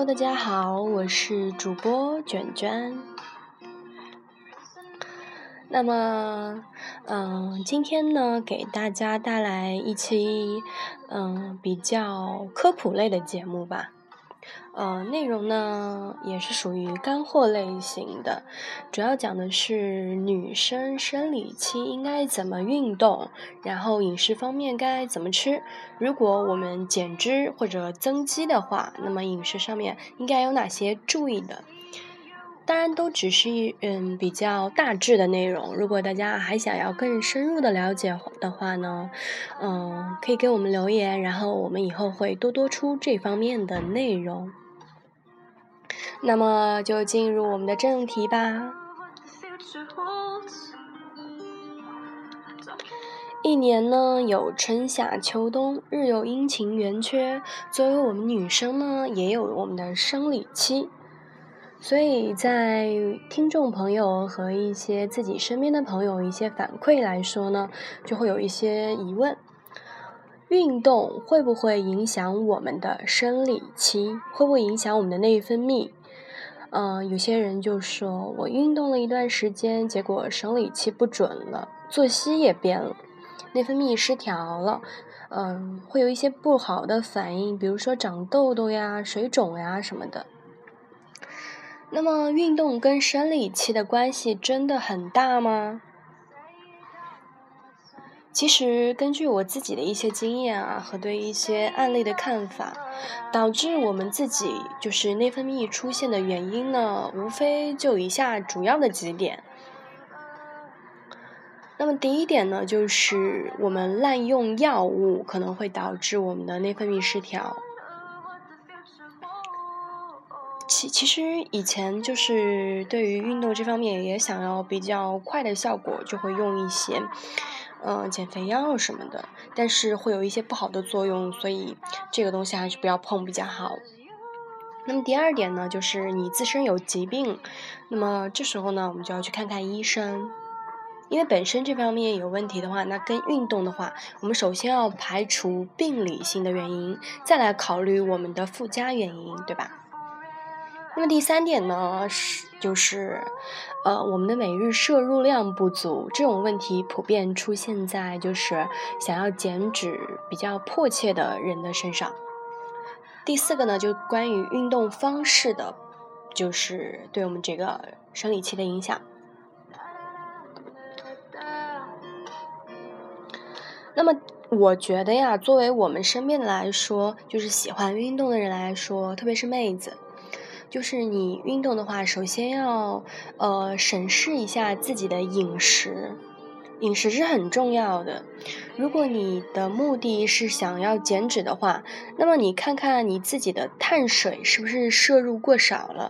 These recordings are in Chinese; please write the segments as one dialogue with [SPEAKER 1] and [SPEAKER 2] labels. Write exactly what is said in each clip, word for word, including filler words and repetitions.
[SPEAKER 1] Hello， 大家好，我是主播卷卷。那么，嗯、呃，今天呢，给大家带来一期嗯、呃、比较科普类的节目吧。呃，内容呢也是属于干货类型的，主要讲的是女生生理期应该怎么运动，然后饮食方面该怎么吃。如果我们减脂或者增肌的话，那么饮食上面应该有哪些注意的？当然都只是嗯比较大致的内容，如果大家还想要更深入的了解的话呢，嗯，可以给我们留言，然后我们以后会多多出这方面的内容。那么就进入我们的正题吧。一年呢有春夏秋冬，日有阴晴圆缺，作为我们女生呢也有我们的生理期。所以在听众朋友和一些自己身边的朋友一些反馈来说呢，就会有一些疑问：运动会不会影响我们的生理期？会不会影响我们的内分泌？嗯、呃，有些人就说我运动了一段时间，结果生理期不准了，作息也变了，内分泌失调了，嗯、呃，会有一些不好的反应，比如说长痘痘呀、水肿呀什么的。那么运动跟生理期的关系真的很大吗？其实根据我自己的一些经验啊和对一些案例的看法，导致我们自己就是内分泌出现的原因呢，无非就以下主要的几点。那么第一点呢，就是我们滥用药物可能会导致我们的内分泌失调。其其实以前就是对于运动这方面也想要比较快的效果，就会用一些嗯、呃、减肥药什么的，但是会有一些不好的作用，所以这个东西还是不要碰比较好。那么第二点呢，就是你自身有疾病，那么这时候呢，我们就要去看看医生。因为本身这方面有问题的话，那跟运动的话，我们首先要排除病理性的原因，再来考虑我们的附加原因，对吧？那么第三点呢，是就是呃我们的每日摄入量不足，这种问题普遍出现在就是想要减脂比较迫切的人的身上。第四个呢，就关于运动方式的，就是对我们这个生理期的影响。那么我觉得呀，作为我们身边的来说，就是喜欢运动的人来说，特别是妹子，就是你运动的话，首先要呃审视一下自己的饮食，饮食是很重要的。如果你的目的是想要减脂的话，那么你看看你自己的碳水是不是摄入过少了。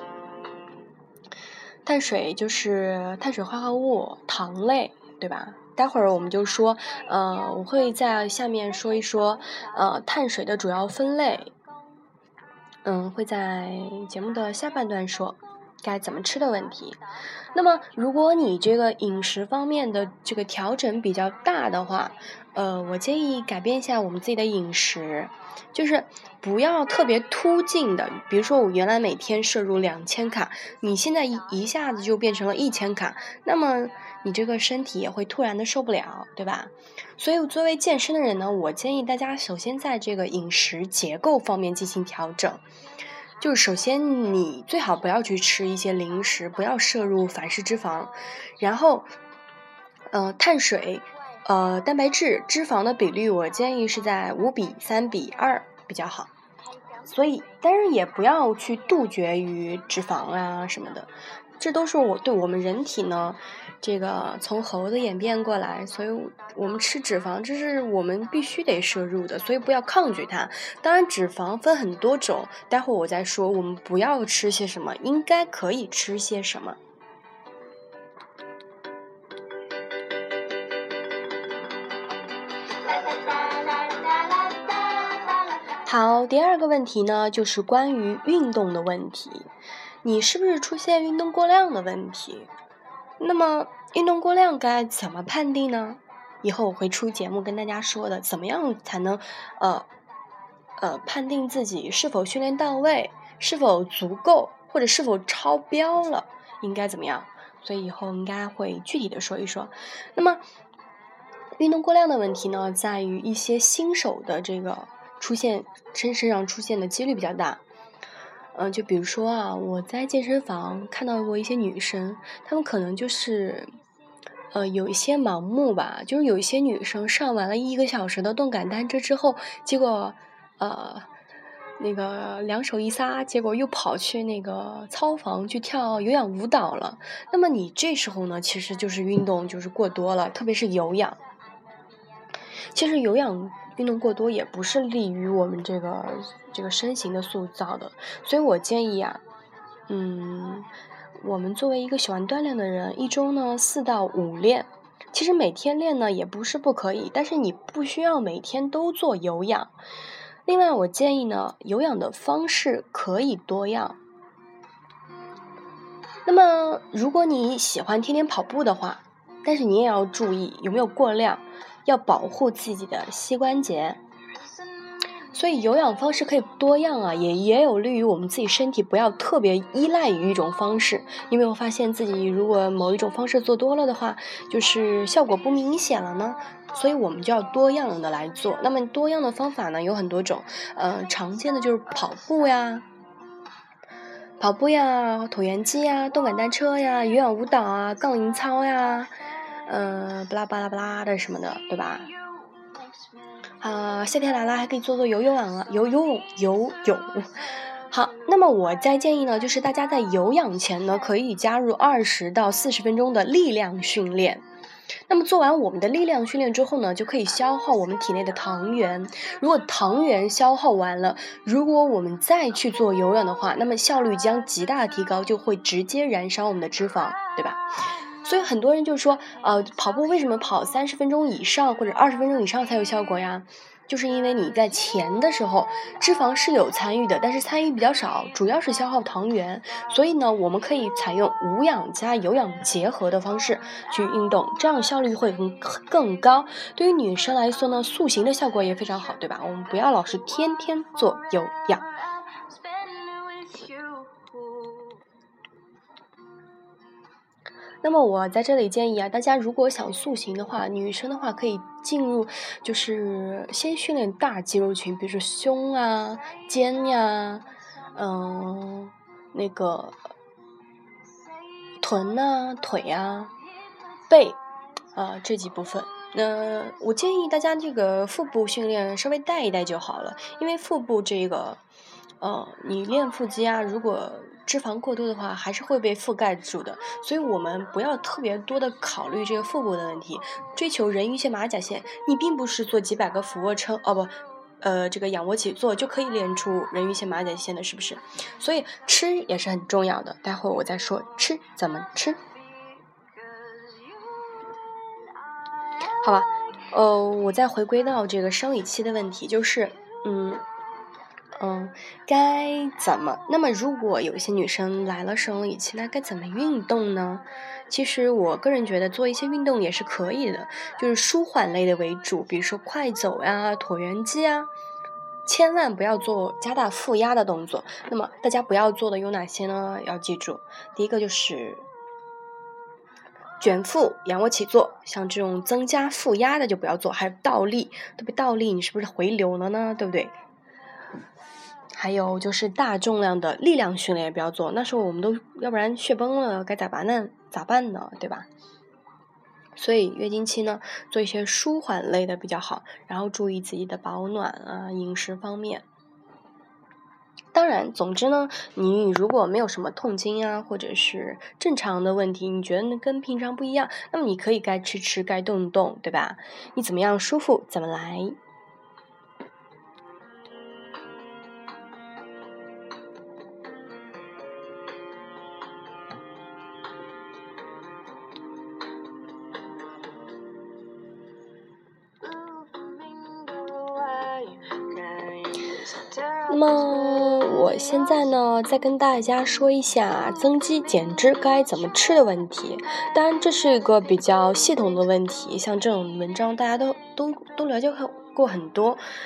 [SPEAKER 1] 碳水就是碳水化合物、糖类，对吧？待会儿我们就说，呃，我会在下面说一说，呃，碳水的主要分类。嗯，会在节目的下半段说该怎么吃的问题。那么，如果你这个饮食方面的这个调整比较大的话，呃，我建议改变一下我们自己的饮食，就是不要特别突进的。比如说，我原来每天摄入两千卡，你现在一一下子就变成了一千卡，那么你这个身体也会突然的受不了，对吧？所以作为健身的人呢，我建议大家首先在这个饮食结构方面进行调整。就是首先你最好不要去吃一些零食，不要摄入反式脂肪，然后呃碳水呃蛋白质脂肪的比率我建议是在五比三比二比较好。所以当然也不要去杜绝于脂肪啊什么的，这都是我对我们人体呢这个从猴子演变过来，所以我们吃脂肪这是我们必须得摄入的，所以不要抗拒它。当然脂肪分很多种，待会儿我再说我们不要吃些什么，应该可以吃些什么。好，第二个问题呢，就是关于运动的问题，你是不是出现运动过量的问题？那么运动过量该怎么判定呢？以后我会出节目跟大家说的，怎么样才能呃呃判定自己是否训练到位， 是否足够，或者是否超标了，应该怎么样？所以以后应该会具体的说一说。那么运动过量的问题呢，在于一些新手的这个出现身身上出现的几率比较大。嗯、呃，就比如说啊，我在健身房看到过一些女生，她们可能就是呃有一些盲目吧，就是有一些女生上完了一个小时的动感单车之后，结果呃那个两手一撒，结果又跑去那个操房去跳有氧舞蹈了。那么你这时候呢，其实就是运动就是过多了，特别是有氧。其实有氧运动过多也不是利于我们这个这个身形的塑造的，所以我建议啊，嗯，我们作为一个喜欢锻炼的人，一周呢四到五练。其实每天练呢也不是不可以，但是你不需要每天都做有氧。另外，我建议呢，有氧的方式可以多样。那么，如果你喜欢天天跑步的话，但是你也要注意有没有过量，要保护自己的膝关节。所以有氧方式可以多样啊，也也有利于我们自己身体不要特别依赖于一种方式。因为我发现自己如果某一种方式做多了的话，就是效果不明显了呢，所以我们就要多样的来做。那么多样的方法呢有很多种，呃，常见的就是跑步呀、跑步呀、椭圆机呀、动感单车呀、有氧舞蹈啊、杠铃操呀，呃，巴拉巴拉巴拉的什么的，对吧？啊、呃，夏天来了还可以做做游泳啊，游泳游泳。好，那么我再建议呢，就是大家在有氧前呢，可以加入二十到四十分钟的力量训练。那么做完我们的力量训练之后呢，就可以消耗我们体内的糖原。如果糖原消耗完了，如果我们再去做有氧的话，那么效率将极大提高，就会直接燃烧我们的脂肪，对吧？所以很多人就说，呃，跑步为什么跑三十分钟以上或者二十分钟以上才有效果呀？就是因为你在前的时候脂肪是有参与的，但是参与比较少，主要是消耗糖原。所以呢，我们可以采用无氧加有氧结合的方式去运动，这样效率会更更高。对于女生来说呢，塑形的效果也非常好，对吧？我们不要老是天天做有氧。那么我在这里建议啊，大家如果想塑形的话，女生的话可以进入，就是先训练大肌肉群，比如说胸啊、肩呀、嗯，那个臀啊、腿啊、背啊、呃、这几部分。那我建议大家这个腹部训练稍微带一带就好了，因为腹部这个，呃，你练腹肌啊，如果脂肪过多的话，还是会被覆盖住的。所以我们不要特别多的考虑这个腹部的问题，追求人鱼线、马甲线。你并不是做几百个俯卧撑，哦不，呃，这个仰卧起坐就可以练出人鱼线、马甲线的，是不是？所以吃也是很重要的。待会儿我再说吃怎么吃。好吧，呃，我再回归到这个生理期的问题，就是，嗯。嗯，该怎么？那么如果有一些女生来了生理期，那该怎么运动呢？其实我个人觉得做一些运动也是可以的，就是舒缓类的为主，比如说快走呀、椭圆机啊，千万不要做加大负压的动作。那么大家不要做的有哪些呢？要记住，第一个就是卷腹、仰卧起坐，像这种增加负压的就不要做，还有倒立，对不对？倒立你是不是回流了呢？对不对？还有就是大重量的力量训练也不要做，那时候我们都要不然血崩了，该咋办呢？咋办呢？对吧？所以月经期呢，做一些舒缓类的比较好，然后注意自己的保暖啊，饮食方面。当然，总之呢，你如果没有什么痛经啊，或者是正常的问题，你觉得跟平常不一样，那么你可以该吃吃，该动动，对吧？你怎么样舒服怎么来。那么我现在呢，再跟大家说一下增肌减脂该怎么吃的问题。当然，这是一个比较系统的问题，像这种文章大家都都都了解过很多。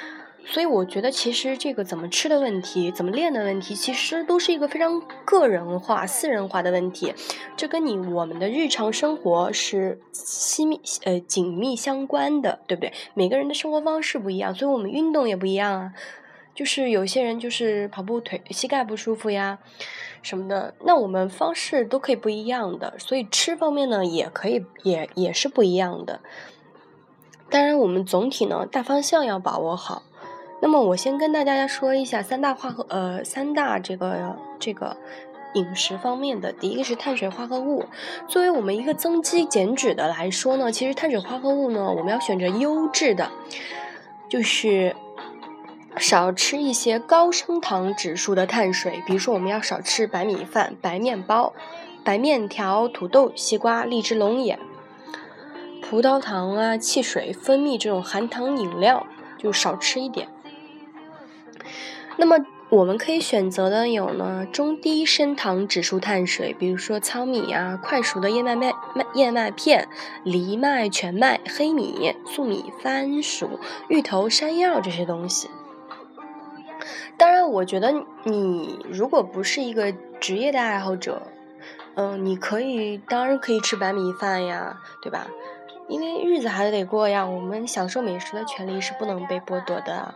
[SPEAKER 1] 所以我觉得其实这个怎么吃的问题，怎么练的问题，其实都是一个非常个人化、私人化的问题，这跟你我们的日常生活是息密呃紧密相关的，对不对？每个人的生活方式不一样，所以我们运动也不一样啊。就是有些人就是跑步腿膝盖不舒服呀什么的，那我们方式都可以不一样的，所以吃方面呢也可以也也是不一样的。当然我们总体呢大方向要把握好。那么我先跟大家说一下三大化合呃三大这个这个饮食方面的。第一个是碳水化合物，作为我们一个增肌减脂的来说呢，其实碳水化合物呢我们要选择优质的，就是少吃一些高升糖指数的碳水，比如说我们要少吃白米饭、白面包、白面条、土豆、西瓜、荔枝龙眼、葡萄糖啊、汽水、蜂蜜这种含糖饮料就少吃一点。那么我们可以选择的有呢中低升糖指数碳水，比如说糙米啊、快熟的燕麦麦燕麦片、藜麦、全麦、黑米、粟米、番薯、芋头、山药这些东西。当然我觉得你如果不是一个职业的爱好者，嗯、呃，你可以当然可以吃白米饭呀，对吧？因为日子还得过呀，我们享受美食的权利是不能被剥夺的。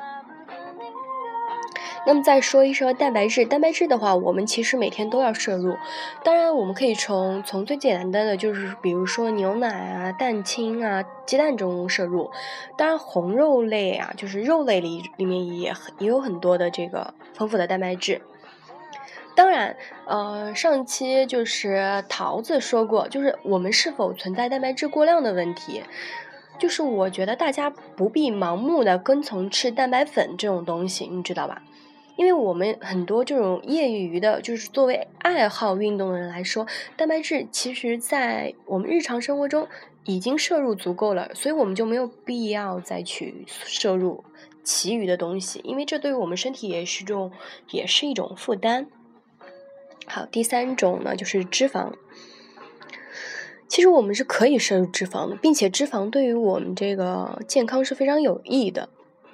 [SPEAKER 1] 那么再说一说蛋白质，蛋白质的话我们其实每天都要摄入，当然我们可以从从最简单的就是比如说牛奶啊、蛋清啊、鸡蛋中摄入，当然红肉类啊就是肉类里里面也也有很多的这个丰富的蛋白质。当然呃，上期就是桃子说过，就是我们是否存在蛋白质过量的问题，就是我觉得大家不必盲目的跟从吃蛋白粉这种东西，你知道吧？因为我们很多这种业余的，就是作为爱好运动的人来说，蛋白质其实在我们日常生活中已经摄入足够了，所以我们就没有必要再去摄入其余的东西，因为这对于我们身体也是种也是一种负担。好，第三种呢就是脂肪。其实我们是可以摄入脂肪的，并且脂肪对于我们这个健康是非常有益的。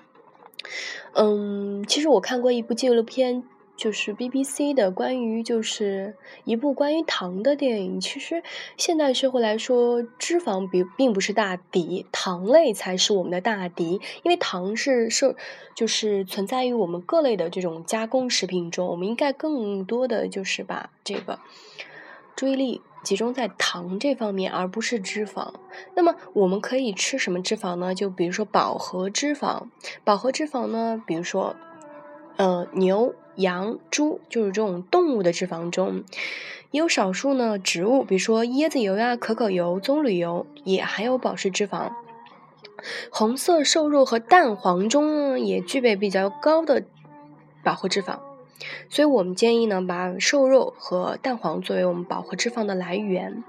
[SPEAKER 1] 嗯，其实我看过一部纪录片，就是 B B C 的关于就是一部关于糖的电影。其实现代社会来说，脂肪比并不是大敌，糖类才是我们的大敌。因为糖是受就是存在于我们各类的这种加工食品中，我们应该更多的就是把这个注意力集中在糖这方面，而不是脂肪。那么我们可以吃什么脂肪呢？就比如说饱和脂肪。饱和脂肪呢，比如说呃牛、羊、猪，就是这种动物的脂肪中，也有少数呢植物，比如说椰子油呀、可可油、棕榈油，也含有饱和脂肪。红色瘦肉和蛋黄中呢，也具备比较高的饱和脂肪。所以我们建议呢，把瘦肉和蛋黄作为我们饱和脂肪的来源。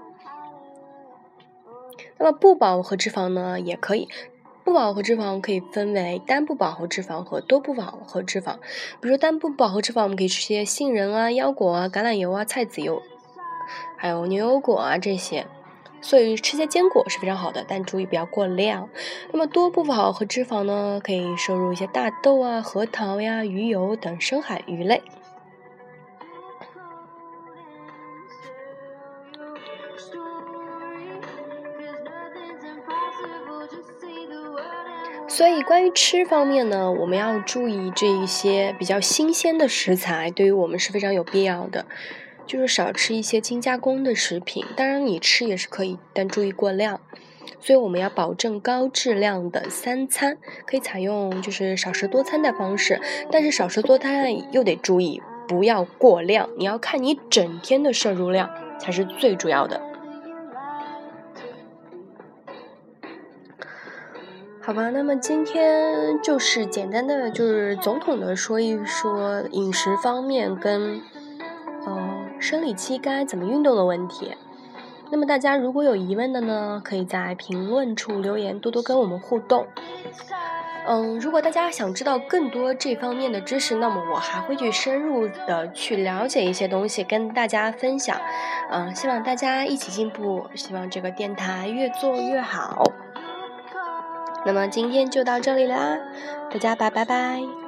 [SPEAKER 1] 那么不饱和脂肪呢，也可以。不饱和脂肪可以分为单不饱和脂肪和多不饱和脂肪。比如说单不饱和脂肪，我们可以吃些杏仁啊、腰果啊、橄榄油啊、菜籽油，还有牛油果啊这些。所以吃些坚果是非常好的，但注意不要过量。那么多不饱和脂肪呢，可以摄入一些大豆啊、核桃呀、鱼油等深海鱼类。所以关于吃方面呢，我们要注意这一些比较新鲜的食材，对于我们是非常有必要的，就是少吃一些精加工的食品。当然你吃也是可以，但注意过量。所以我们要保证高质量的三餐，可以采用就是少食多餐的方式，但是少食多餐又得注意不要过量，你要看你整天的摄入量才是最主要的。好吧，那么今天就是简单的就是总统的说一说饮食方面跟呃生理期该怎么运动的问题。那么大家如果有疑问的呢，可以在评论处留言，多多跟我们互动。嗯，如果大家想知道更多这方面的知识，那么我还会去深入的去了解一些东西跟大家分享。嗯，希望大家一起进步，希望这个电台越做越好。 那么今天就到这里啦，大家拜拜拜。